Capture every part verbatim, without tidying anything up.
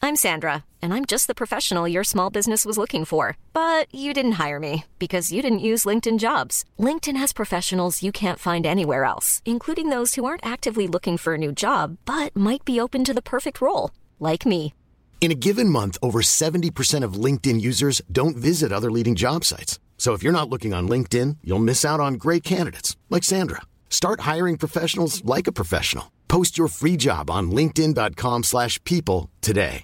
I'm Sandra, and I'm just the professional your small business was looking for. But you didn't hire me because you didn't use LinkedIn Jobs. LinkedIn has professionals you can't find anywhere else, including those who aren't actively looking for a new job, but might be open to the perfect role, like me. In a given month, over seventy percent of LinkedIn users don't visit other leading job sites. So if you're not looking on LinkedIn, you'll miss out on great candidates like Sandra. Start hiring professionals like a professional. Post your free job on linkedin.com slash people today.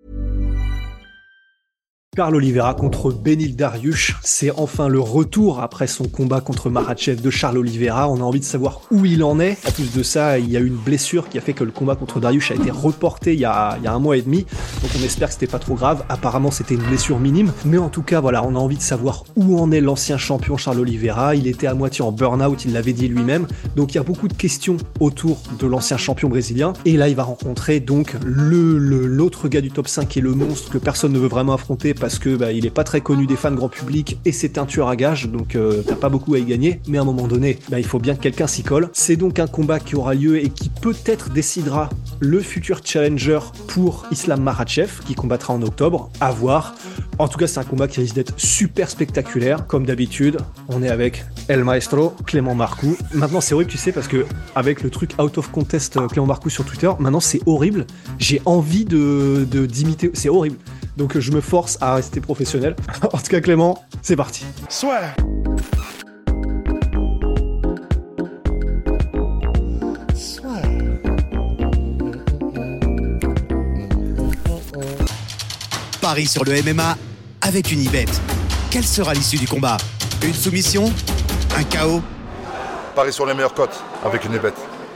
Charles Oliveira contre Beneil Dariush, c'est enfin le retour après son combat contre Makhachev de Charles Oliveira. On a envie de savoir où il en est. En plus de ça, il y a eu une blessure qui a fait que le combat contre Dariush a été reporté il y a, il y a un mois et demi. Donc on espère que c'était pas trop grave. Apparemment, c'était une blessure minime. Mais en tout cas, voilà, on a envie de savoir où en est l'ancien champion Charles Oliveira. Il était à moitié en burn-out, il l'avait dit lui-même. Donc il y a beaucoup de questions autour de l'ancien champion brésilien. Et là, il va rencontrer donc le, le, l'autre gars du top cinq et le monstre que personne ne veut vraiment affronter parce que bah, il est pas très connu des fans grand public et c'est un tueur à gages, donc euh, t'as pas beaucoup à y gagner, mais à un moment donné, bah, il faut bien que quelqu'un s'y colle. C'est donc un combat qui aura lieu et qui peut-être décidera le futur challenger pour Islam Makhachev, qui combattra en octobre, à voir. En tout cas, c'est un combat qui risque d'être super spectaculaire, comme d'habitude. On est avec El Maestro, Clément Marcoux. Maintenant, c'est horrible, tu sais, parce que avec le truc out of contest Clément Marcoux sur Twitter, maintenant c'est horrible. J'ai envie de, de d'imiter, c'est horrible. Donc je me force à rester professionnel. En tout cas, Clément, c'est parti. Soit. Paris sur le M M A avec Unibet. Quelle sera l'issue du combat? Une soumission? Un K O? Paris sur les meilleures cotes avec Unibet.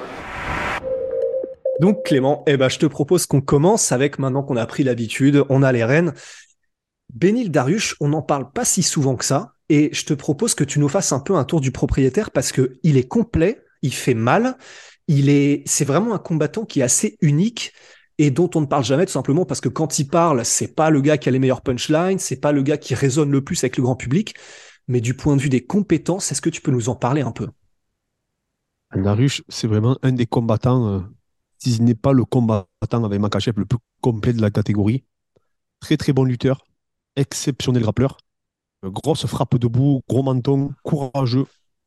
Donc Clément, eh ben, je te propose qu'on commence avec, maintenant qu'on a pris l'habitude, on a les rênes. Beneil Dariush, on n'en parle pas si souvent que ça, et je te propose que tu nous fasses un peu un tour du propriétaire parce que il est complet, il fait mal, il est, c'est vraiment un combattant qui est assez unique et dont on ne parle jamais tout simplement parce que quand il parle, c'est pas le gars qui a les meilleures punchlines, c'est pas le gars qui résonne le plus avec le grand public, mais du point de vue des compétences, est-ce que tu peux nous en parler un peu? Dariush, c'est vraiment un des combattants, euh, si ce n'est pas le combattant avec Makhachev le plus complet de la catégorie. Très très bon lutteur, exceptionnel grappleur, euh, grosse frappe debout, gros menton, courageux.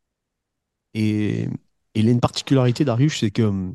Et, et il a une particularité, Dariush, c'est que euh,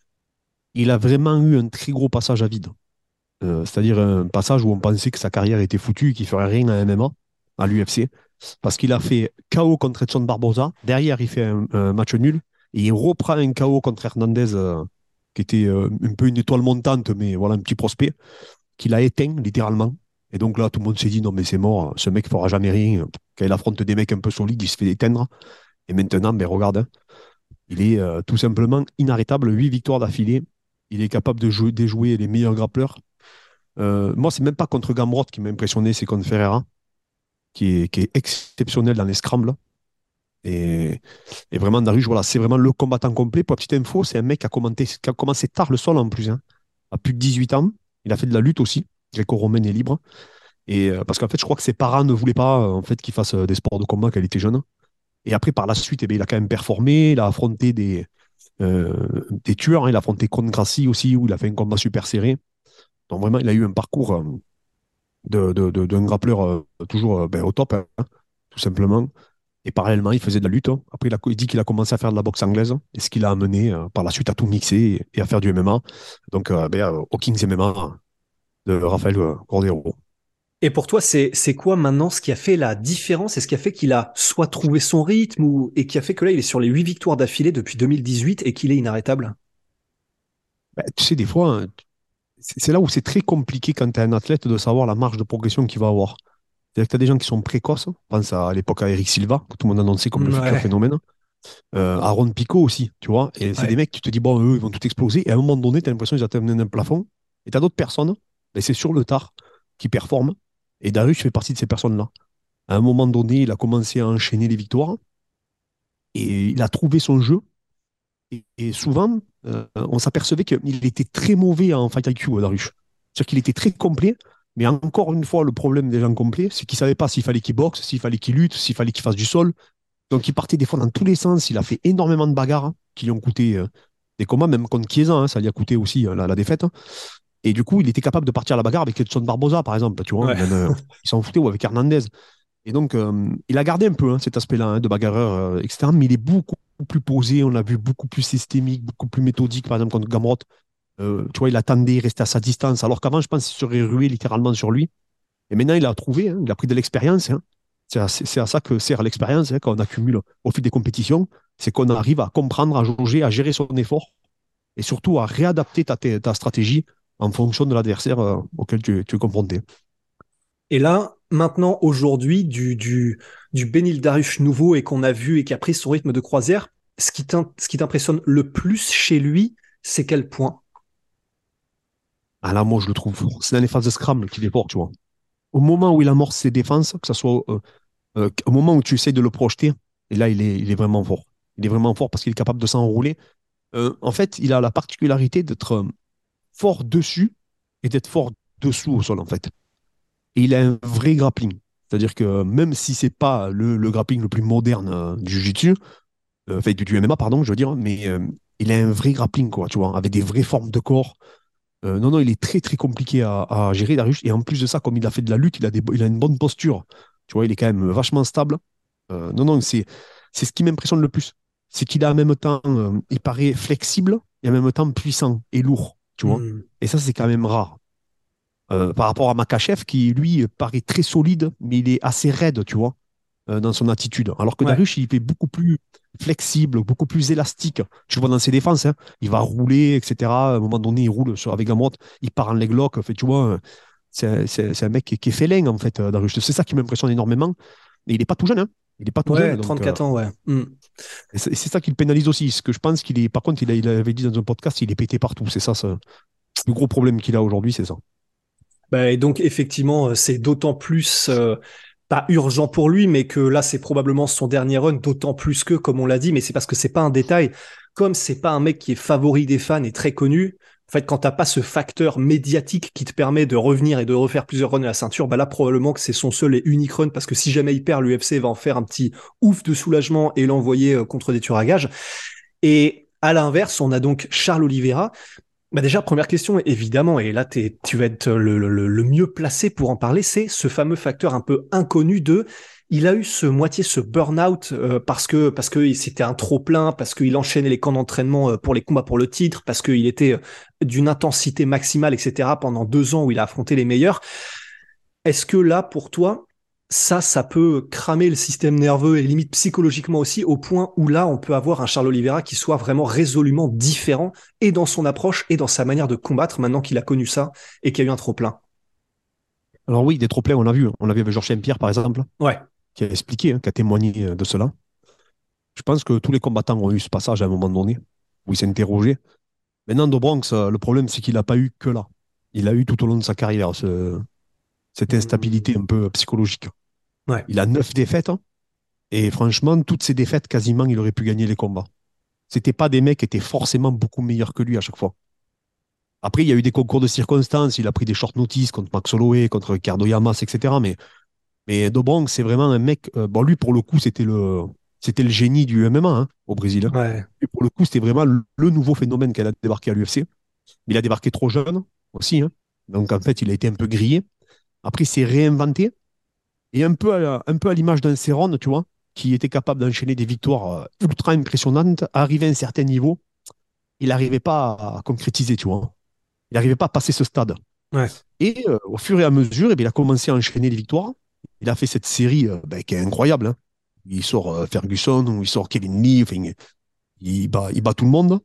il a vraiment eu un très gros passage à vide. Euh, c'est-à-dire un passage où on pensait que sa carrière était foutue et qu'il ferait rien à M M A, à l'U F C, parce qu'il a fait K O contre Edson Barboza. Derrière, il fait un, un match nul et il reprend un K O contre Hernandez, euh, qui était euh, un peu une étoile montante, mais voilà, un petit prospect, qu'il a éteint littéralement. Et donc là, tout le monde s'est dit non, mais c'est mort, ce mec ne fera jamais rien. Quand il affronte des mecs un peu solides, il se fait éteindre. Et maintenant, ben, regarde, hein, il est euh, tout simplement inarrêtable. Huit victoires d'affilée. Il est capable de jouer, déjouer les meilleurs grappleurs. Euh, moi, c'est même pas contre Gamrot qui m'a impressionné, c'est contre Ferreira, qui est, qui est exceptionnel dans les scrambles. Et, et vraiment, Dariush, voilà, c'est vraiment le combattant complet. Pour la petite info, c'est un mec qui a, commenté, qui a commencé tard le sol en plus, hein, à plus de dix-huit ans. Il a fait de la lutte aussi, gréco-romaine et libre. Et, euh, parce qu'en fait, je crois que ses parents ne voulaient pas euh, en fait, qu'il fasse euh, des sports de combat quand il était jeune. Et après, par la suite, eh bien, il a quand même performé. Il a affronté des, euh, des tueurs. Hein. Il a affronté Con Gracie aussi, où il a fait un combat super serré. Donc vraiment, il a eu un parcours euh, de, de, de, d'un grappleur euh, toujours euh, ben, au top, hein, tout simplement. Et parallèlement, il faisait de la lutte. Hein. Après, il, a, il dit qu'il a commencé à faire de la boxe anglaise, et ce qui l'a amené euh, par la suite à tout mixer et, et à faire du M M A. Donc, euh, ben, euh, au Kings M M A de Rafael euh, Cordero. Et pour toi, c'est, c'est quoi maintenant ce qui a fait la différence et ce qui a fait qu'il a soit trouvé son rythme ou, et qui a fait que là, il est sur les huit victoires d'affilée depuis deux mille dix-huit et qu'il est inarrêtable? Ben, tu sais, des fois, c'est, c'est là où c'est très compliqué quand tu es un athlète de savoir la marge de progression qu'il va avoir. C'est-à-dire que tu as des gens qui sont précoces. Je pense à, à l'époque à Eric Silva, que tout le monde annonçait comme le Ouais. futur phénomène. Euh, Aaron Pico aussi, tu vois. Et c'est Ouais. des mecs, tu te dis, bon, eux, ils vont tout exploser. Et à un moment donné, tu as l'impression qu'ils atteignent un plafond. Et tu as d'autres personnes, mais c'est sur le tard, qui performent. Et Dariush fait partie de ces personnes-là. À un moment donné, il a commencé à enchaîner les victoires. Et il a trouvé son jeu. Et, et souvent, euh, on s'apercevait qu'il était très mauvais en fight I Q, Dariush. C'est-à-dire qu'il était très complet. Mais encore une fois, le problème des gens complets, c'est qu'ils ne savaient pas s'il fallait qu'il boxe, s'il fallait qu'il lutte, s'il fallait qu'il fasse du sol. Donc, il partait des fois dans tous les sens. Il a fait énormément de bagarres, hein, qui lui ont coûté euh, des combats, même contre Chiesa, hein, ça lui a coûté aussi euh, la, la défaite. Hein. Et du coup, il était capable de partir à la bagarre avec Edson Barboza, par exemple, tu vois. Ouais. Même, euh, il s'en foutait, ou avec Hernandez. Et donc, euh, il a gardé un peu hein, cet aspect-là hein, de bagarreur, euh, et cetera. Mais il est beaucoup plus posé, on l'a vu beaucoup plus systémique, beaucoup plus méthodique, par exemple, contre Gamrot. Euh, tu vois, il attendait, il restait à sa distance. Alors qu'avant, je pense qu'il serait rué littéralement sur lui. Et maintenant, il a trouvé, hein, il a pris de l'expérience. Hein. C'est à, c'est à ça que sert l'expérience hein, quand on accumule au fil des compétitions. C'est qu'on arrive à comprendre, à jauger, à gérer son effort et surtout à réadapter ta, ta stratégie en fonction de l'adversaire euh, auquel tu, tu es confronté. Et là, maintenant, aujourd'hui, du, du, du Benil Dariush nouveau et qu'on a vu et qui a pris son rythme de croisière, ce qui ce qui t'impressionne le plus chez lui, c'est quel point? Ah là, moi, je le trouve fort. C'est dans les phases de scramble qu'il est fort, tu vois. Au moment où il amorce ses défenses, que ce soit euh, euh, au moment où tu essaies de le projeter, et là, il est, il est vraiment fort. Il est vraiment fort parce qu'il est capable de s'enrouler. Euh, en fait, il a la particularité d'être euh, fort dessus et d'être fort dessous au sol, en fait. Et il a un vrai grappling. C'est-à-dire que même si c'est pas le, le grappling le plus moderne euh, du jiu-jitsu, euh, enfin du, du M M A, pardon, je veux dire, mais euh, il a un vrai grappling, quoi, tu vois, avec des vraies formes de corps. Euh, non, non, il est très, très compliqué à, à gérer, Darius. Et en plus de ça, comme il a fait de la lutte, il a, des, il a une bonne posture. Tu vois, il est quand même vachement stable. Euh, non, non, c'est, c'est ce qui m'impressionne le plus. C'est qu'il a en même temps, euh, il paraît flexible et en même temps puissant et lourd, tu vois. Hmm. Et ça, c'est quand même rare. Euh, par rapport à Makachev, qui lui paraît très solide, mais il est assez raide, tu vois, euh, dans son attitude. Alors que Ouais. Darius, il est beaucoup plus flexible, beaucoup plus élastique. Tu le vois dans ses défenses, hein, il va rouler, et cetera. À un moment donné, il roule sur, avec Gamrot, il part en leg lock. Fait, tu vois, c'est, c'est, c'est un mec qui, qui est félin, en fait, euh, Darius. C'est ça qui m'impressionne énormément. Mais il n'est pas tout jeune, hein. Il n'est pas tout jeune. Ouais, Donc, euh, trente-quatre ans, ouais. Hmm. et c'est, c'est ça qui le pénalise aussi. Ce que je pense qu'il est, par contre, il, a- il avait dit dans un podcast, il est pété partout. C'est ça, ça, le gros problème qu'il a aujourd'hui, c'est ça. Bah, et donc, effectivement, euh, c'est d'autant plus, euh, pas urgent pour lui, mais que là, c'est probablement son dernier run, d'autant plus que, comme on l'a dit, mais c'est parce que c'est pas un détail. Comme c'est pas un mec qui est favori des fans et très connu, en fait, quand t'as pas ce facteur médiatique qui te permet de revenir et de refaire plusieurs runs à la ceinture, bah là, probablement que c'est son seul et unique run, parce que si jamais il perd, l'U F C va en faire un petit ouf de soulagement et l'envoyer euh, contre des tueurs à gages. Et à l'inverse, on a donc Charles Oliveira. Bah déjà, première question, évidemment, et là t'es, tu vas être le, le, le mieux placé pour en parler, c'est ce fameux facteur un peu inconnu de, il a eu ce moitié ce burn-out euh, parce que parce que c'était un trop plein, parce qu'il enchaînait les camps d'entraînement euh, pour les combats pour le titre, parce qu'il était euh, d'une intensité maximale, et cetera pendant deux ans où il a affronté les meilleurs. Est-ce que là, pour toi, ça, ça peut cramer le système nerveux et limite psychologiquement aussi, au point où là, on peut avoir un Charles Oliveira qui soit vraiment résolument différent et dans son approche et dans sa manière de combattre maintenant qu'il a connu ça et qu'il y a eu un trop-plein. Alors oui, des trop pleins, on l'a vu. On l'a vu avec Georges Saint-Pierre, par exemple, Ouais. qui a expliqué, hein, qui a témoigné euh, de cela. Je pense que tous les combattants ont eu ce passage à un moment donné, où ils s'interrogeaient. Maintenant, Do Bronx, euh, le problème, c'est qu'il n'a pas eu que là. Il a eu tout au long de sa carrière ce- cette instabilité un peu psychologique. Ouais. Il a neuf défaites, hein, et franchement, toutes ces défaites, quasiment, il aurait pu gagner les combats. C'était pas des mecs qui étaient forcément beaucoup meilleurs que lui à chaque fois. Après, il y a eu des concours de circonstances. Il a pris des short notices contre Max Holloway, contre Ricardo Yamas, et cetera. Mais Mais Dobronx, c'est vraiment un mec. Euh, bon, lui, pour le coup, c'était le, c'était le génie du M M A hein, au Brésil. Hein. Ouais. Et pour le coup, c'était vraiment le, le nouveau phénomène qu'elle a débarqué à l'U F C. Il a débarqué trop jeune aussi. Hein. Donc, en fait, il a été un peu grillé. Après, il s'est réinventé. Et un peu à, un peu à l'image d'un Cerrone, tu vois, qui était capable d'enchaîner des victoires euh, ultra impressionnantes, arrivé à un certain niveau, il n'arrivait pas à, à concrétiser, tu vois. Il n'arrivait pas à passer ce stade. Ouais. Et euh, au fur et à mesure, eh bien, il a commencé à enchaîner les victoires. Il a fait cette série euh, ben, qui est incroyable. Hein. Il sort euh, Ferguson ou il sort Kevin Lee. Enfin, il, bat, il bat tout le monde.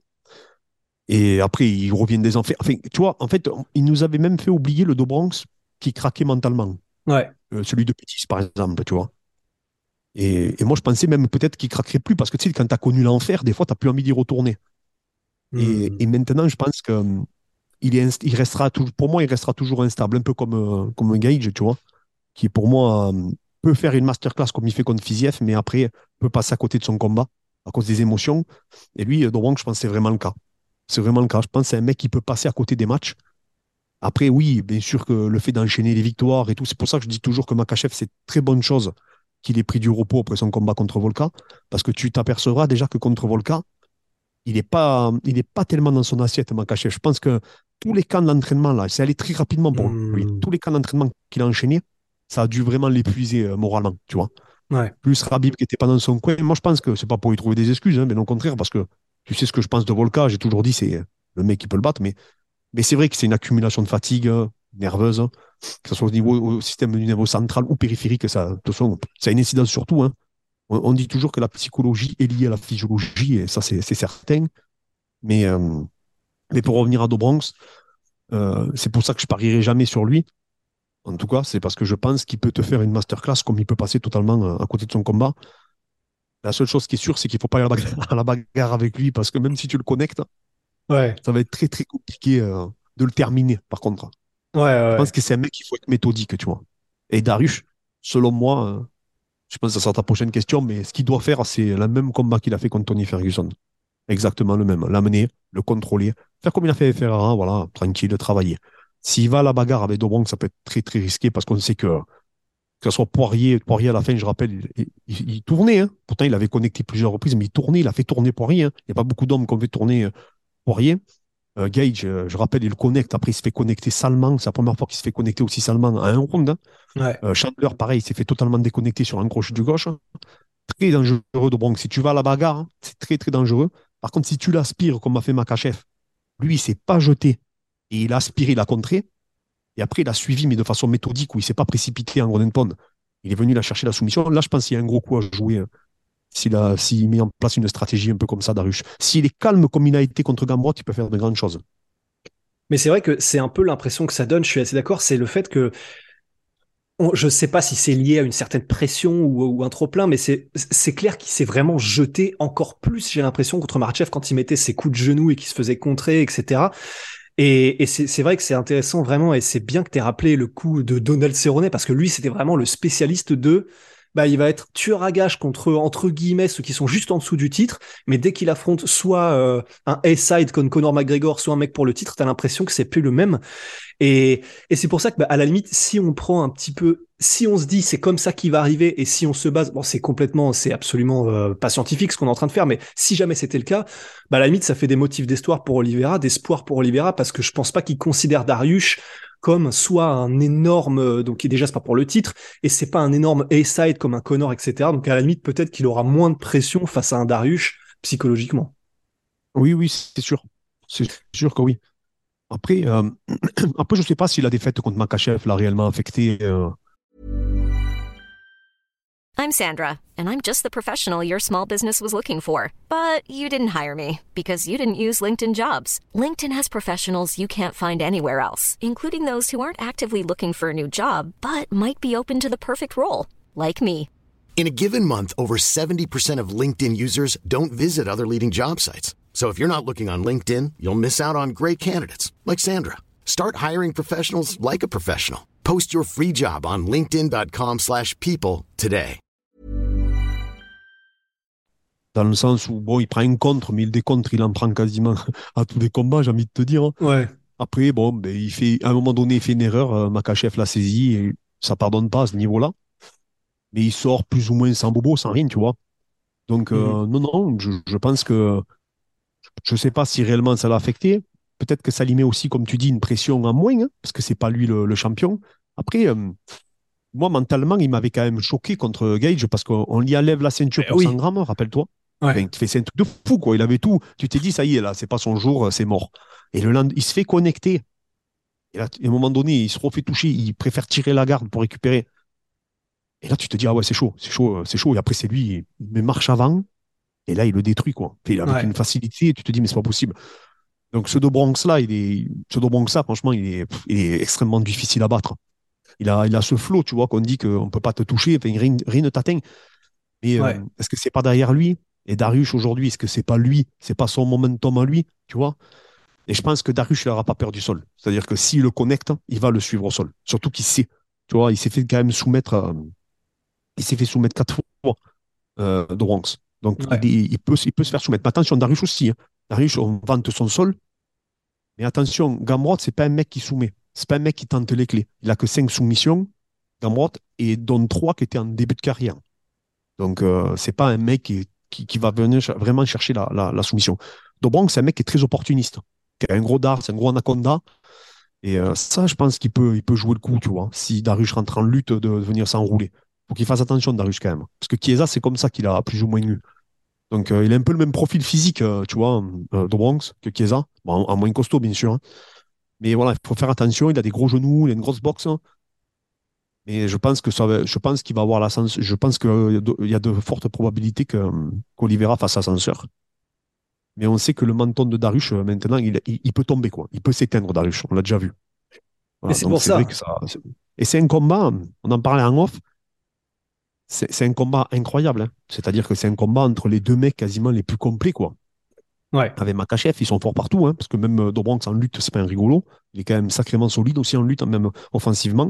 Et après, il revient des enfers. Enfin, tu vois, en fait, il nous avait même fait oublier le Dobranx qui craquait mentalement. Ouais. Euh, celui de Pétis, par exemple, tu vois. Et, et moi, je pensais même peut-être qu'il craquerait plus parce que tu sais, quand tu as connu l'enfer, des fois, tu n'as plus envie d'y retourner. Et, Hmm. et maintenant, je pense que euh, il, est inst- il restera toujours, pour moi, il restera toujours instable, un peu comme, euh, comme un Gage, tu vois. Qui pour moi euh, peut faire une masterclass comme il fait contre Fiziev, mais après peut passer à côté de son combat à cause des émotions. Et lui, Dobronx, je pense que c'est vraiment le cas. C'est vraiment le cas. Je pense que c'est un mec qui peut passer à côté des matchs. Après, oui, bien sûr que le fait d'enchaîner les victoires et tout, c'est pour ça que je dis toujours que Makachev, c'est très bonne chose qu'il ait pris du repos après son combat contre Volka, parce que tu t'apercevras déjà que contre Volka, il n'est pas, il est pas tellement dans son assiette, Makachev. Je pense que tous les camps d'entraînement, là, c'est allé très rapidement pour lui. Hmm. Tous les camps d'entraînement qu'il a enchaînés, ça a dû vraiment l'épuiser euh, moralement, tu vois. Ouais. Plus Rabib qui était pas dans son coin. Moi, je pense que c'est pas pour lui trouver des excuses, hein, mais au contraire, parce que tu sais ce que je pense de Volca, j'ai toujours dit, c'est le mec qui peut le battre, mais, mais c'est vrai que c'est une accumulation de fatigue euh, nerveuse, hein, que ce soit au niveau au système du niveau central ou périphérique, ça, de toute façon, ça a une incidence sur tout, hein. On, on dit toujours que la psychologie est liée à la physiologie, et ça, c'est c'est certain. Mais, euh, mais pour revenir à Dobronx, euh, c'est pour ça que je parierai jamais sur lui. En tout cas, c'est parce que je pense qu'il peut te faire une masterclass comme il peut passer totalement euh, à côté de son combat. La seule chose qui est sûre, c'est qu'il ne faut pas aller à la bagarre, à la bagarre avec lui parce que même si tu le connectes, Ouais. ça va être très très compliqué euh, de le terminer par contre. Ouais, ouais, Je pense ouais. que c'est un mec qu'il faut être méthodique, tu vois. Et Darius, selon moi, euh, je pense que ça sera ta prochaine question, mais ce qu'il doit faire, c'est le même combat qu'il a fait contre Tony Ferguson. Exactement le même. L'amener, le contrôler, faire comme il a fait avec Ferrara, voilà, tranquille, travailler. S'il va à la bagarre avec Dobronx, ça peut être très très risqué parce qu'on sait que que ce soit Poirier, Poirier à la fin, je rappelle, il, il- il tournait, hein. Pourtant, il avait connecté plusieurs reprises, mais il tournait, il a fait tourner Poirier, hein. Il n'y a pas beaucoup d'hommes qui ont fait tourner euh, Poirier. Euh, Gage, euh, je rappelle, il le connecte. Après, il se fait connecter salement. C'est la première fois qu'il se fait connecter aussi salement à un round, hein. Ouais. Euh, Chandler, pareil, il s'est fait totalement déconnecter sur un crochet du gauche, hein. Très dangereux de Bronx. Si tu vas à la bagarre, hein, c'est très, très dangereux. Par contre, si tu l'aspires, comme a fait Makachev, lui, il s'est pas jeté. Et il a aspiré, il a contré. Et après, il a suivi, mais de façon méthodique, où il s'est pas précipité en Golden Pound. Il est venu la chercher la soumission. Là, je pense qu'il y a un gros coup à jouer, hein, s'il a, s'il met en place une stratégie un peu comme ça, Darius. S'il est calme comme il a été contre Gamrot, il peut faire de grandes choses. Mais c'est vrai que c'est un peu l'impression que ça donne, je suis assez d'accord, c'est le fait que on- je sais pas si c'est lié à une certaine pression ou, ou un trop-plein, mais c'est c'est clair qu'il s'est vraiment jeté encore plus, j'ai l'impression, contre Makhachev quand il mettait ses coups de genou et qu'il se faisait contrer, et cetera. Et, et c'est c'est vrai que c'est intéressant vraiment, et c'est bien que tu aies rappelé le coup de Donald Cerrone, parce que lui, c'était vraiment le spécialiste de... Bah, il va être tueur à gages contre, entre guillemets, ceux qui sont juste en dessous du titre, mais dès qu'il affronte soit euh, un A-side comme Conor McGregor, soit un mec pour le titre, t'as l'impression que c'est plus le même. Et, et c'est pour ça que, bah, à la limite, si on prend un petit peu, si on se dit c'est comme ça qui va arriver, et si on se base, bon, c'est complètement, c'est absolument euh, pas scientifique ce qu'on est en train de faire, mais si jamais c'était le cas, bah, à la limite, ça fait des motifs d'espoir pour Oliveira, d'espoir pour Oliveira, parce que je pense pas qu'il considère Dariush comme soit un énorme, euh, donc qui déjà c'est pas pour le titre, et c'est pas un énorme A-side comme un Conor, et cetera. Donc à la limite, peut-être qu'il aura moins de pression face à un Dariush psychologiquement. Oui, oui, c'est sûr. C'est sûr que oui. Après, euh, après je ne sais pas si la défaite contre Makachev l'a réellement affecté. euh. I'm Sandra, and I'm just the professional your small business was looking for. But you didn't hire me because you didn't use LinkedIn Jobs. LinkedIn has professionals you can't find anywhere else, including those who aren't actively looking for a new job, but might be open to the perfect role, like me. In a given month, over seventy percent of LinkedIn users don't visit other leading job sites. So if you're not looking on LinkedIn, you'll miss out on great candidates like Sandra. Start hiring professionals like a professional. Post your free job on linkedin.com slash people today. Dans le sens où, bon, il prend un contre, mais le décontre, il en prend quasiment à tous les combats, j'ai envie de te dire. Ouais. Après, bon, ben, il fait, à un moment donné, il fait une erreur, euh, Makachev l'a saisi, et ça pardonne pas à ce niveau-là. Mais il sort plus ou moins sans bobo, sans rien, tu vois. Donc, Mhm. euh, non, non, je, je pense que je ne sais pas si réellement ça l'a affecté. Peut-être que ça lui met aussi, comme tu dis, une pression en moins, hein, parce que c'est pas lui le, le champion. Après, euh, moi, mentalement, il m'avait quand même choqué contre Gage, parce qu'on on lui enlève la ceinture Eh pour cent oui. grammes, rappelle-toi. Ouais. Enfin, fait, c'est un truc de fou, quoi. Il avait tout. Tu t'es dit, ça y est, là, c'est pas son jour, c'est mort. Et le lend- il se fait connecter. Et là, à un moment donné, il se refait toucher. Il préfère tirer la garde pour récupérer. Et là, tu te dis, ah ouais, c'est chaud, c'est chaud, euh, c'est chaud. Et après, c'est lui, il met marche avant. Et là, il le détruit, quoi. Et avec Ouais. une facilité, tu te dis, mais c'est pas possible. Donc, ce de Bronx-là, il est, ce de Bronx-là, franchement, il est, pff, il est extrêmement difficile à battre. Il a, il a ce flow, tu vois, qu'on dit qu'on ne peut pas te toucher, enfin, rien, rien ne t'atteint. Mais euh, Ouais. est-ce que c'est pas derrière lui? Et Darius, aujourd'hui, est-ce que c'est pas lui? C'est pas son momentum à lui, tu vois? Et je pense que Darius, il n'aura pas peur du sol. C'est-à-dire que s'il le connecte, il va le suivre au sol. Surtout qu'il sait. Tu vois, il s'est fait quand même soumettre, euh, il s'est fait soumettre quatre fois euh, de Bronx. Donc, il, Ouais. est- il peut, il peut se faire soumettre. Mais attention, Darius aussi, hein. Darius, on vante son sol. Mais attention, Gamrot, c'est pas un mec qui soumet. C'est pas un mec qui tente les clés. Il a que cinq soumissions, Gamrot, et dont trois qui étaient en début de carrière. Donc, euh, c'est pas un mec qui, qui, qui va venir ch- vraiment chercher la, la, la soumission. Dobronx, c'est un mec qui est très opportuniste. c'est un gros dard, c'est un gros anaconda. Et euh, ça, je pense qu'il peut, il peut jouer le coup, tu vois. Si Dariush rentre en lutte, de, de venir s'enrouler. Faut qu'il fasse attention, Dariush, quand même. Parce que Chiesa, c'est comme ça qu'il a plus ou moins eu. Donc, euh, il a un peu le même profil physique, euh, tu vois, euh, de Bronx que Chiesa. Bon, en, en moins costaud, bien sûr, hein. Mais voilà, il faut faire attention. Il a des gros genoux, il a une grosse boxe, hein. Mais je pense que ça va- je pense qu'il va avoir l'ascenseur. Je pense qu'il y a de, il y a de fortes probabilités que, qu'Oliveira fasse ascenseur. Mais on sait que le menton de Dariush, euh, maintenant, il, il, il peut tomber, quoi. Il peut s'éteindre, Dariush. On l'a déjà vu. Mais Voilà, c'est donc pour c'est vrai que ça. ça. c'est- Et c'est un combat, on en parlait en off, c'est c'est un combat incroyable, hein. C'est-à-dire que c'est un combat entre les deux mecs quasiment les plus complets, quoi. Ouais. Avec Makachev, ils sont forts partout, hein, parce que même euh, Dobronx en lutte, c'est pas un rigolo. Il est quand même sacrément solide aussi en lutte, même offensivement.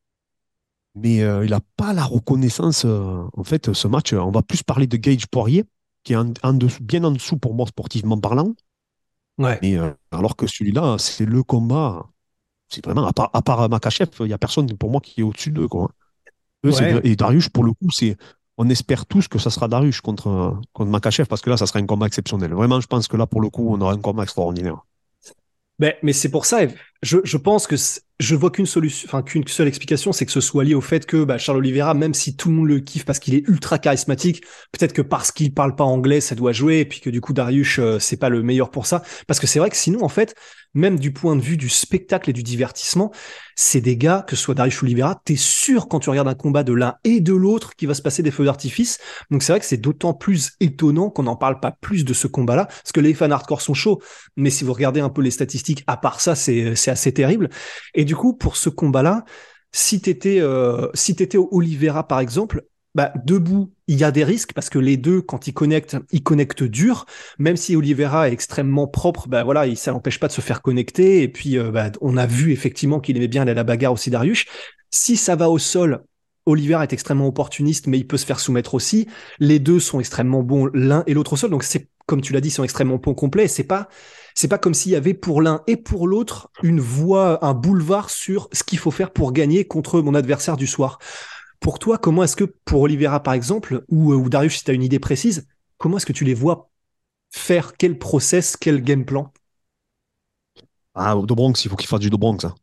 Mais euh, il n'a pas la reconnaissance. Euh, en fait, ce match, euh, on va plus parler de Gage Poirier, qui est en, en dessous, bien en dessous pour moi, sportivement parlant. Ouais. Mais euh, alors que celui-là, c'est le combat. C'est vraiment, à part, à part Makachev, il n'y a personne pour moi qui est au-dessus d'eux, quoi. Eux, c'est Ouais. vrai. Et Dariush, pour le coup, c'est, on espère tous que ça sera Dariush contre, contre Makachev, parce que là, ça sera un combat exceptionnel. Vraiment, je pense que là, pour le coup, on aura un combat extraordinaire. Ben, mais c'est pour ça, je, je pense que c'est- je vois qu'une solution, enfin qu'une seule explication, c'est que ce soit lié au fait que bah, Charles Oliveira, même si tout le monde le kiffe parce qu'il est ultra charismatique, peut-être que parce qu'il parle pas anglais, ça doit jouer, et puis que du coup Dariush, euh, c'est pas le meilleur pour ça. Parce que c'est vrai que sinon, en fait, même du point de vue du spectacle et du divertissement, c'est des gars, que ce soit Dariush ou Oliveira, t'es sûr quand tu regardes un combat de l'un et de l'autre qu'il va se passer des feux d'artifice. Donc c'est vrai que c'est d'autant plus étonnant qu'on n'en parle pas plus de ce combat-là, parce que les fans hardcore sont chauds. Mais si vous regardez un peu les statistiques, à part ça, c'est c'est assez terrible. Et du coup, pour ce combat-là, si t'étais euh, si t'étais au Oliveira par exemple, bah debout, il y a des risques parce que les deux, quand ils connectent, ils connectent dur. Même si Oliveira est extrêmement propre, bah voilà, il, ça l'empêche pas de se faire connecter. Et puis, euh, bah, on a vu effectivement qu'il aimait bien aller à la bagarre aussi, Dariush. Si ça va au sol, Oliveira est extrêmement opportuniste, mais il peut se faire soumettre aussi. Les deux sont extrêmement bons l'un et l'autre au sol, donc c'est comme tu l'as dit, ils sont extrêmement bons complets. C'est pas c'est pas comme s'il y avait pour l'un et pour l'autre une voie, un boulevard sur ce qu'il faut faire pour gagner contre mon adversaire du soir. Pour toi, comment est-ce que, pour Oliveira par exemple, ou, ou Dariush, si tu as une idée précise, comment est-ce que tu les vois faire quel process, quel game plan? Ah, de Bronx, il faut qu'il fasse du de Bronx, hein.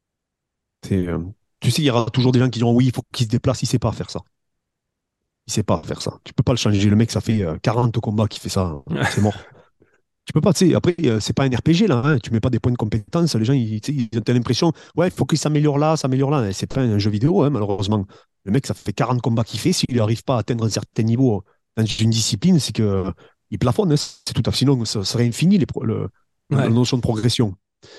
C'est, euh, tu sais, il y aura toujours des gens qui diront oui, il faut qu'il se déplace, il sait pas faire ça. Il sait pas faire ça. Tu peux pas le changer. Le mec, ça fait euh, quarante combats qu'il fait ça, hein. C'est mort. Tu peux pas, tu sais, après, euh, c'est pas un R P G là, hein. Tu mets pas des points de compétence. Les gens, ils, tu sais, ils ont l'impression, ouais, il faut qu'il s'améliore là, s'améliore là. C'est pas un jeu vidéo, hein, malheureusement. Le mec, ça fait quarante combats qu'il fait. S'il n'arrive pas à atteindre un certain niveau dans une discipline, c'est que euh, il plafonne, hein. C'est tout à fait. Sinon, ça serait infini les pro- le- le- la Ouais. notion de progression.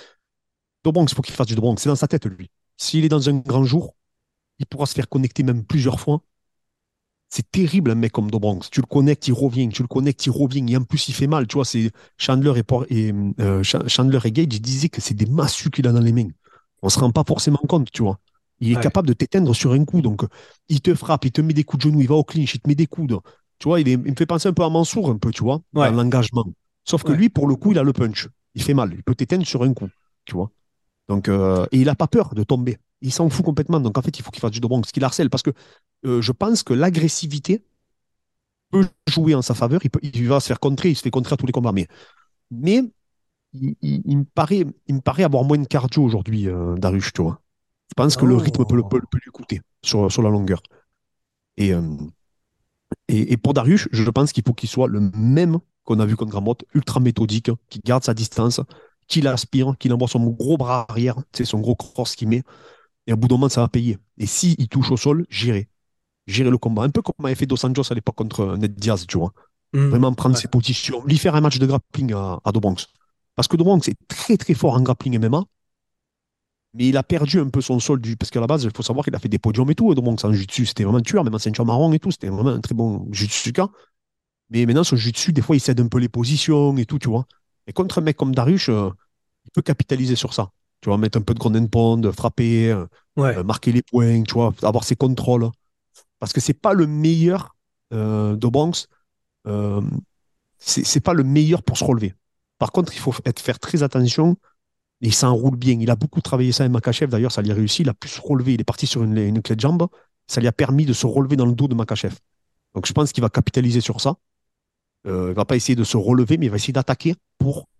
De Bronx, il faut qu'il fasse du de Bronx. C'est dans sa tête, lui. S'il est dans un grand jour, il pourra se faire connecter même plusieurs fois. C'est terrible, un mec comme Dobronx. Tu le connectes, il revient. Tu le connectes, il revient. Et en plus, il fait mal. Tu vois, c'est Chandler et, Por- et, euh, Cha- Chandler et Gage, ils disaient que c'est des massues qu'il a dans les mains. On se rend pas forcément compte, tu vois. Il est Ouais. capable de t'éteindre sur un coup. Donc, il te frappe, il te met des coups de genou, il va au clinch, il te met des coudes. Tu vois, il, est- il me fait penser un peu à Mansour, un peu, tu vois, dans Ouais. l'engagement. Sauf que Ouais. lui, pour le coup, il a le punch. Il fait mal. Il peut t'éteindre sur un coup, tu vois. Donc, euh, et il n'a pas peur de tomber. Il s'en fout complètement. Donc, en fait, il faut qu'il fasse du Dobronx, qu'il harcèle. Parce que euh, je pense que l'agressivité, peut jouer en sa faveur, il, peut, il va se faire contrer, il se fait contrer à tous les combats. Mais, mais il, il- il me paraît, il me paraît avoir moins de cardio aujourd'hui, euh, Darius, tu vois. Je pense que le rythme peut, le- peut, Oh. peut lui coûter sur, sur la longueur. Et, euh, et, et pour Darius, je pense qu'il faut qu'il soit le même qu'on a vu contre Gamrot, ultra méthodique, qui garde sa distance, qu'il aspire, qu'il envoie son gros bras arrière, c'est son gros cross qu'il met. Et à bout d'un moment, ça va payer. Et s'il il touche au sol, j'irai. J'irai le combat. Un peu comme avait fait Dos Anjos à l'époque contre Ned Diaz, tu vois. Hmm. Vraiment prendre Ouais. ses positions, lui faire un match de grappling à, à Dobronx. Parce que Dobronx est très très fort en grappling M M A, mais il a perdu un peu son sol du. Parce qu'à la base, il faut savoir qu'il a fait des podiums et tout. Dobronx en jiu-jitsu, c'était vraiment un tueur, même en ceinture marron et tout. C'était vraiment un très bon jiu-jitsuka. Mais maintenant, son jiu-jitsu, des fois, il cède un peu les positions et tout, tu vois. Et contre un mec comme Darius, euh, il peut capitaliser sur ça. Tu vois, mettre un peu de ground and pound, frapper, euh, Ouais. euh, marquer les points, tu vois, avoir ses contrôles. Parce que c'est pas le meilleur euh, de Bronx. Euh, c'est c'est pas le meilleur pour se relever. Par contre, il faut être, faire très attention. Et il s'enroule bien. Il a beaucoup travaillé ça avec Makachev. D'ailleurs, ça lui a réussi. Il a pu se relever. Il est parti sur une, une clé de jambe. Ça lui a permis de se relever dans le dos de Makachev. Donc, je pense qu'il va capitaliser sur ça. Euh, il va pas essayer de se relever, mais il va essayer d'attaquer pour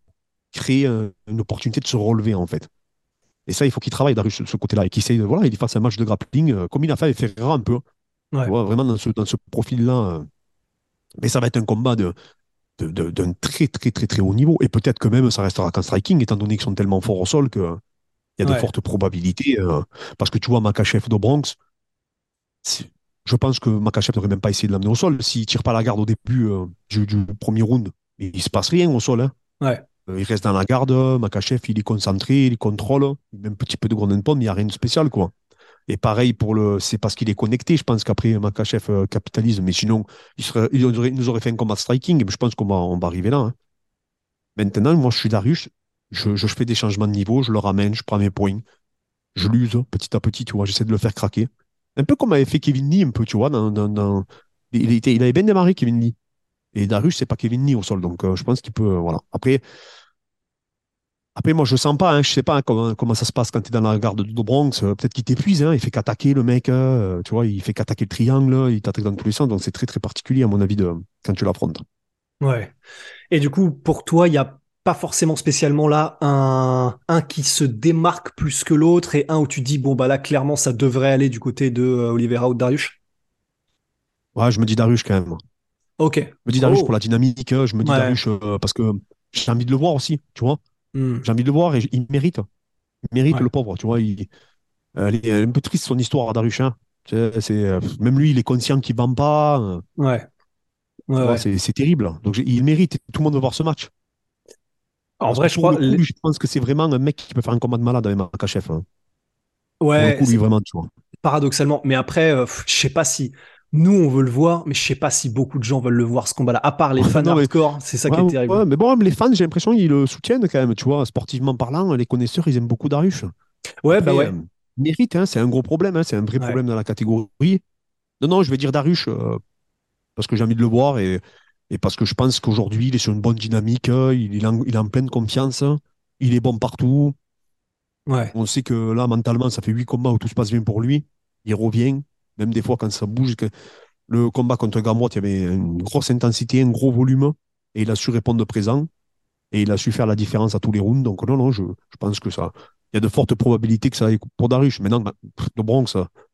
créer un- une opportunité de se relever, en fait. Et ça, il faut qu'il travaille Darius de ce côté-là et qu'il essaye de, voilà, il fasse un match de grappling euh, comme il a fait avec Ferreira un peu. Tu Ouais. vois, vraiment dans ce, dans ce profil-là. euh. Mais ça va être un combat de, de- de- d'un très, très, très, très haut niveau. Et peut-être que même ça restera qu'en striking, étant donné qu'ils sont tellement forts au sol qu'il y a de Ouais. fortes probabilités. euh, parce que tu vois, Makhachev de Bronx, c'est- je pense que Makhachev n'aurait même pas essayé de l'amener au sol. S'il tire pas la garde au début euh, du, du premier round, il se passe rien au sol, hein. Ouais. Euh, il reste dans la garde, Makhachev, il est concentré, il contrôle, même un petit peu de ground and pound, mais il n'y a rien de spécial, quoi. Et pareil pour le, c'est parce qu'il est connecté. Je pense qu'après Makhachev euh, capitalise, mais sinon, il, serait, il, aurait- il nous aurait fait un combat de striking. Mais je pense qu'on va, on va arriver là, hein. Maintenant, moi, je suis Darius. Je, je fais des changements de niveau, je le ramène, je prends mes points, je l'use petit à petit, tu vois. J'essaie de le faire craquer. Un peu comme avait fait Kevin Lee, un peu, tu vois. Dans, dans, dans- Il, était, il avait bien démarré, Kevin Lee. Et Darius, c'est pas Kevin Lee au sol. Donc, euh, je pense qu'il peut. euh, voilà. Après, Après, moi, je sens pas, hein, je sais pas hein, comment, comment ça se passe quand tu es dans la garde de Bronx. euh, peut-être qu'il t'épuise, hein, il fait qu'attaquer le mec, euh, tu vois, il fait qu'attaquer le triangle, il t'attaque dans tous les sens. Donc, c'est très, très particulier, à mon avis, de, quand tu l'affrontes. Ouais. Et du coup, pour toi, il n'y a pas forcément spécialement là un, un qui se démarque plus que l'autre et un où tu dis, bon, bah là, clairement, ça devrait aller du côté de euh, Oliveira ou de Darius. Ouais, je me dis Darius quand même. Ok. Je me dis Darius pour la Oh. dynamique, euh, je me dis Ouais. Darius euh, parce que j'ai envie de le voir aussi, tu vois. Hmm. J'ai envie de le voir et il mérite. Il mérite Ouais. le pauvre, tu vois. Il, elle est un peu triste son histoire, Darius, hein. Tu sais, c'est, euh, même lui, il est conscient qu'il ne vend pas. euh, Ouais. Ouais, tu vois, ouais. c'est c'est terrible. Donc, j'ai- il mérite. Tout le monde veut voir ce match. En Parce que vrai, je pour crois. le coup, les- lui, je pense que c'est vraiment un mec qui peut faire un combat de malade avec Makhachev, hein. Pour le Ouais, coup, lui, c'est vraiment, tu vois. paradoxalement. Mais après, euh, pff, je sais pas si nous, on veut le voir, mais je sais pas si beaucoup de gens veulent le voir, ce combat-là. À part les fans Non, mais, hardcore, c'est ça qui ouais, est terrible. ouais, mais bon, les fans, j'ai l'impression qu'ils le soutiennent quand même, tu vois. Sportivement parlant, les connaisseurs, ils aiment beaucoup Darius. Ouais, bah Après, euh, ouais. il mérite, hein, c'est un gros problème, hein, c'est un vrai Ouais. problème dans la catégorie. Non, non, je vais dire Darius euh, parce que j'ai envie de le voir et, et parce que je pense qu'aujourd'hui, il est sur une bonne dynamique, euh, il, il est en, il est en pleine confiance, il est bon partout. Ouais. On sait que là, mentalement, ça fait huit combats où tout se passe bien pour lui. Il revient, même des fois quand ça bouge. Que... Le combat contre Gamrot, il y avait une grosse intensité, un gros volume, et il a su répondre de présent, et il a su faire la différence à tous les rounds. Donc non, non, je, je pense que ça, il y a de fortes probabilités que ça aille pour Darius. Maintenant, bah, pff, de Bronx,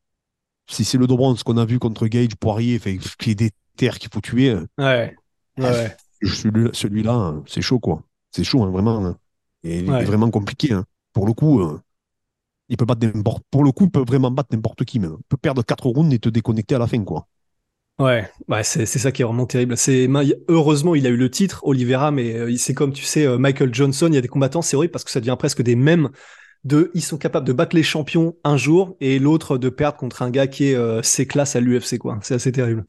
si c'est le Dobrance qu'on a vu contre Gage, Poirier, fait, qui est des terres qu'il faut tuer, euh, Ouais. Ouais. Ouais. celui- celui-là, hein, c'est chaud, quoi. C'est chaud, hein, vraiment, hein. Et il est Ouais. vraiment compliqué, hein. Pour le coup, euh, il peut battre n'importe, pour le coup, il peut vraiment battre n'importe qui, même. Il peut perdre quatre rounds et te déconnecter à la fin, quoi. Ouais, ouais, c'est c'est ça qui est vraiment terrible. C'est ma- heureusement il a eu le titre Oliveira, mais euh, c'est comme tu sais euh, Michael Johnson, il y a des combattants, c'est horrible parce que ça devient presque des mèmes de ils sont capables de battre les champions un jour et l'autre de perdre contre un gars qui est euh, C classe à l'U F C quoi. C'est assez terrible.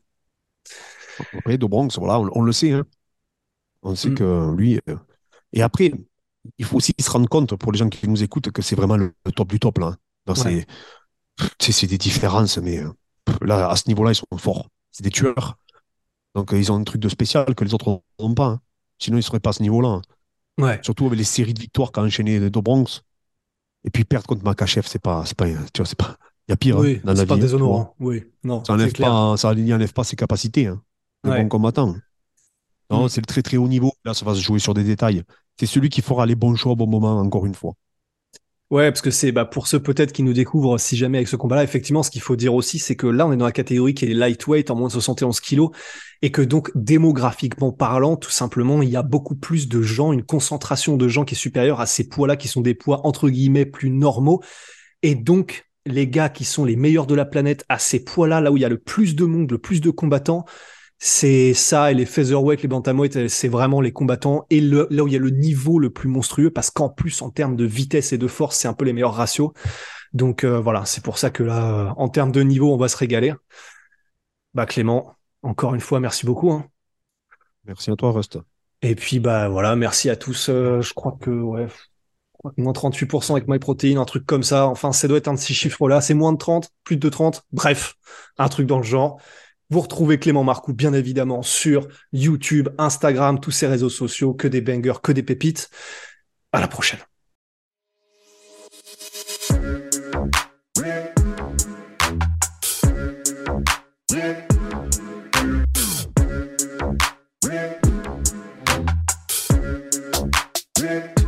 Après, Dobrance, voilà, on, on le sait, hein. On sait Mm. que lui. euh, Et après, il faut aussi se rendre compte, pour les gens qui nous écoutent, que c'est vraiment le, le top du top, là, hein. Non, Ouais, c'est, tu sais, c'est des différences, mais euh, là, à ce niveau-là, ils sont forts. C'est des tueurs. Donc, euh, ils ont un truc de spécial que les autres n'ont pas, hein. Sinon, ils ne seraient pas à ce niveau-là, hein. ouais, Surtout avec les séries de victoires qu'a enchaîné Dobrance. Et puis, perdre contre Makhachev, c'est pas, c'est pas, tu vois, c'est pas, il y a pire, hein, oui, dans la c'est pas vie, hein, tu vois. déshonorant. Oui, non, Ça c'est enlève clair. pas, ça n'enlève pas ses capacités, hein, de bon Ouais. combattant. Non, Mm. c'est le très très haut niveau. Là, ça va se jouer sur des détails. C'est celui qui fera les bons choix au bon moment, encore une fois. Ouais, parce que c'est bah, pour ceux peut-être qui nous découvrent, si jamais avec ce combat-là, effectivement, ce qu'il faut dire aussi, c'est que là, on est dans la catégorie qui est lightweight, en moins de soixante et onze kilos, et que donc, démographiquement parlant, tout simplement, il y a beaucoup plus de gens, une concentration de gens qui est supérieure à ces poids-là, qui sont des poids, entre guillemets, plus normaux. Et donc, les gars qui sont les meilleurs de la planète à ces poids-là, là où il y a le plus de monde, le plus de combattants, c'est ça, et les featherweight, les bantamweight, c'est vraiment les combattants, et le, là où il y a le niveau le plus monstrueux, parce qu'en plus, en termes de vitesse et de force, c'est un peu les meilleurs ratios. Donc euh, voilà, c'est pour ça que là, euh, en termes de niveau, on va se régaler. Bah Clément, encore une fois, merci beaucoup, hein. Merci à toi, Rust. Et puis bah voilà, merci à tous. Euh, je crois que ouais, je crois que moins trente-huit pour cent avec MyProtein, un truc comme ça. Enfin, ça doit être un de ces chiffres-là. C'est moins de trente, plus de trente. Bref, un truc dans le genre. Vous retrouvez Clément Marcoux, bien évidemment, sur YouTube, Instagram, tous ces réseaux sociaux, que des bangers, que des pépites. À la prochaine. Yeah.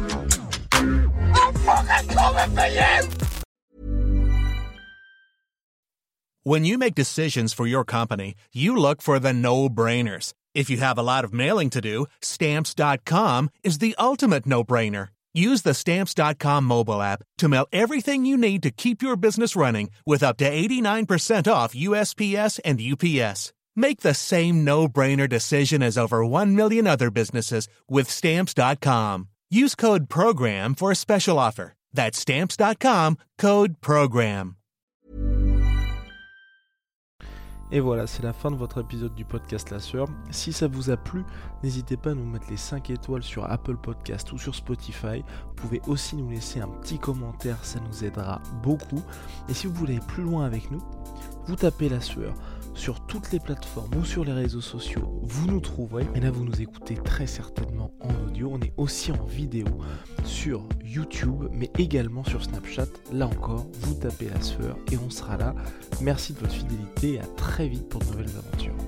When you make decisions for your company, you look for the no-brainers. If you have a lot of mailing to do, Stamps dot com is the ultimate no-brainer. Use the Stamps dot com mobile app to mail everything you need to keep your business running with up to eighty-nine percent off U S P S and U P S. Make the same no-brainer decision as over one million other businesses with Stamps dot com. Use code PROGRAM for a special offer. That's Stamps dot com, code PROGRAM. Et voilà, c'est la fin de votre épisode du podcast La Sueur. Si ça vous a plu, n'hésitez pas à nous mettre les cinq étoiles sur Apple Podcast ou sur Spotify. Vous pouvez aussi nous laisser un petit commentaire, ça nous aidera beaucoup. Et si vous voulez aller plus loin avec nous, vous tapez La Sueur sur toutes les plateformes ou sur les réseaux sociaux, vous nous trouverez. Et là, vous nous écoutez très certainement en audio. On est aussi en vidéo sur YouTube, mais également sur Snapchat. Là encore, vous tapez La Sueur et on sera là. Merci de votre fidélité et à très vite pour de nouvelles aventures.